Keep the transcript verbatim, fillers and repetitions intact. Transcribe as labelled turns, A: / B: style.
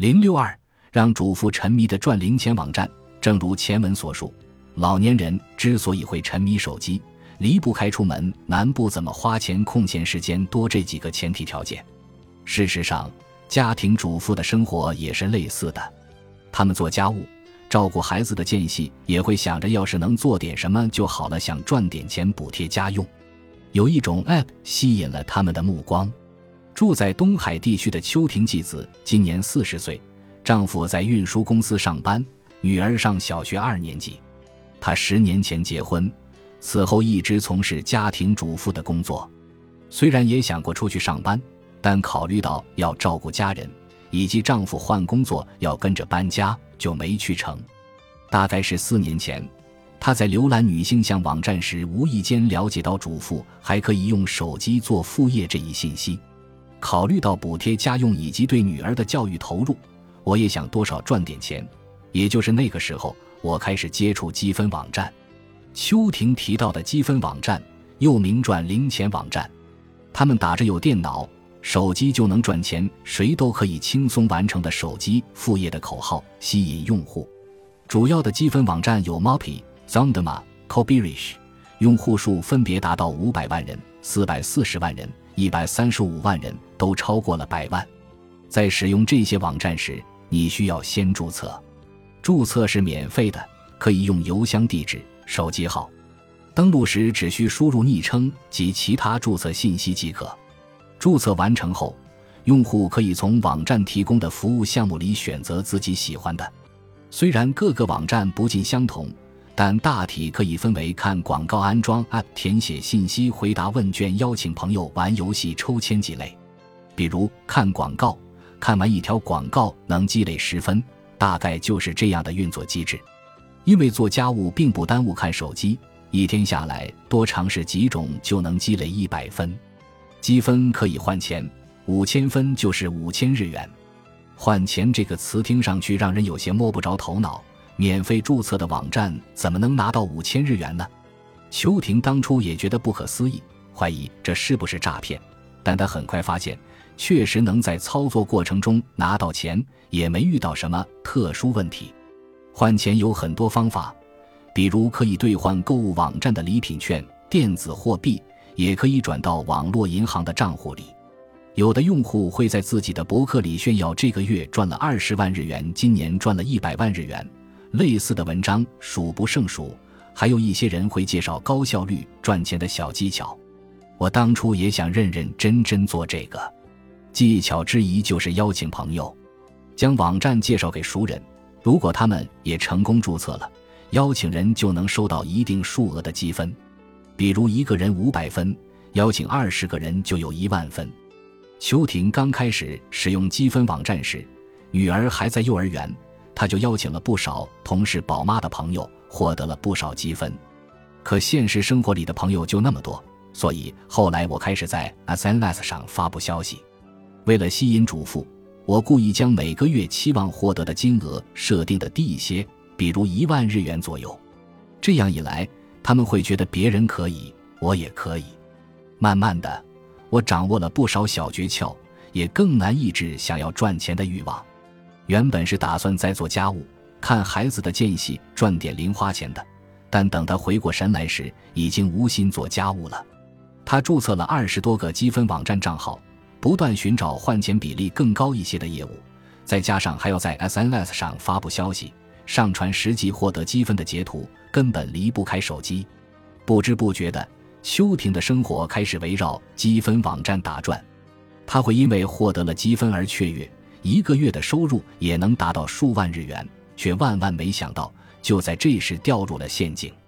A: 零六二让主妇沉迷的赚零钱网站。正如前文所述，老年人之所以会沉迷手机，离不开出门难不怎么花钱空闲时间多这几个前提条件。事实上，家庭主妇的生活也是类似的，他们做家务照顾孩子的间隙也会想着要是能做点什么就好了，想赚点钱补贴家用。有一种 App 吸引了他们的目光。住在东海地区的邱婷继子今年四十岁，丈夫在运输公司上班，女儿上小学二年级。她十年前结婚，此后一直从事家庭主妇的工作。虽然也想过出去上班，但考虑到要照顾家人以及丈夫换工作要跟着搬家，就没去成。大概是四年前，她在浏览女性向网站时无意间了解到主妇还可以用手机做副业这一信息。考虑到补贴家用以及对女儿的教育投入，我也想多少赚点钱。也就是那个时候，我开始接触积分网站。邱婷提到的积分网站又名赚零钱网站，他们打着有电脑手机就能赚钱，谁都可以轻松完成的手机副业的口号吸引用户。主要的积分网站有 Moppy、Zondama、Cobirish， 用户数分别达到五百万人、四百四十万人、一百三十五万人，都超过了百万。在使用这些网站时，你需要先注册。注册是免费的，可以用邮箱地址、手机号。登录时只需输入昵称及其他注册信息即可。注册完成后，用户可以从网站提供的服务项目里选择自己喜欢的。虽然各个网站不尽相同，但大体可以分为看广告、安装 App、填写信息、回答问卷、邀请朋友玩游戏、抽签几类。比如看广告，看完一条广告能积累十分，大概就是这样的运作机制。因为做家务并不耽误看手机，一天下来多尝试几种就能积累一百分。积分可以换钱，五千分就是五千日元。换钱这个词听上去让人有些摸不着头脑，免费注册的网站怎么能拿到五千日元呢？邱婷当初也觉得不可思议，怀疑这是不是诈骗，但她很快发现确实能在操作过程中拿到钱，也没遇到什么特殊问题。换钱有很多方法，比如可以兑换购物网站的礼品券、电子货币，也可以转到网络银行的账户里。有的用户会在自己的博客里炫耀这个月赚了二十万日元，今年赚了一百万日元，类似的文章数不胜数。还有一些人会介绍高效率赚钱的小技巧。我当初也想认认真真做这个。技巧之一就是邀请朋友，将网站介绍给熟人，如果他们也成功注册了，邀请人就能收到一定数额的积分。比如一个人五百分，邀请二十个人就有一万分。邱婷刚开始使用积分网站时，女儿还在幼儿园，她就邀请了不少同是宝妈的朋友，获得了不少积分。可现实生活里的朋友就那么多，所以后来我开始在 S N S 上发布消息。为了吸引主妇，我故意将每个月期望获得的金额设定的低一些，比如一万日元左右。这样一来，他们会觉得别人可以，我也可以。慢慢的，我掌握了不少小诀窍，也更难抑制想要赚钱的欲望。原本是打算在做家务、看孩子的间隙赚点零花钱的，但等他回过神来时，已经无心做家务了。他注册了二十多个积分网站账号，不断寻找换钱比例更高一些的业务，再加上还要在 S N S 上发布消息，上传实际获得积分的截图，根本离不开手机。不知不觉的，邱婷的生活开始围绕积分网站打转。她会因为获得了积分而雀跃，一个月的收入也能达到数万日元，却万万没想到就在这时掉入了陷阱。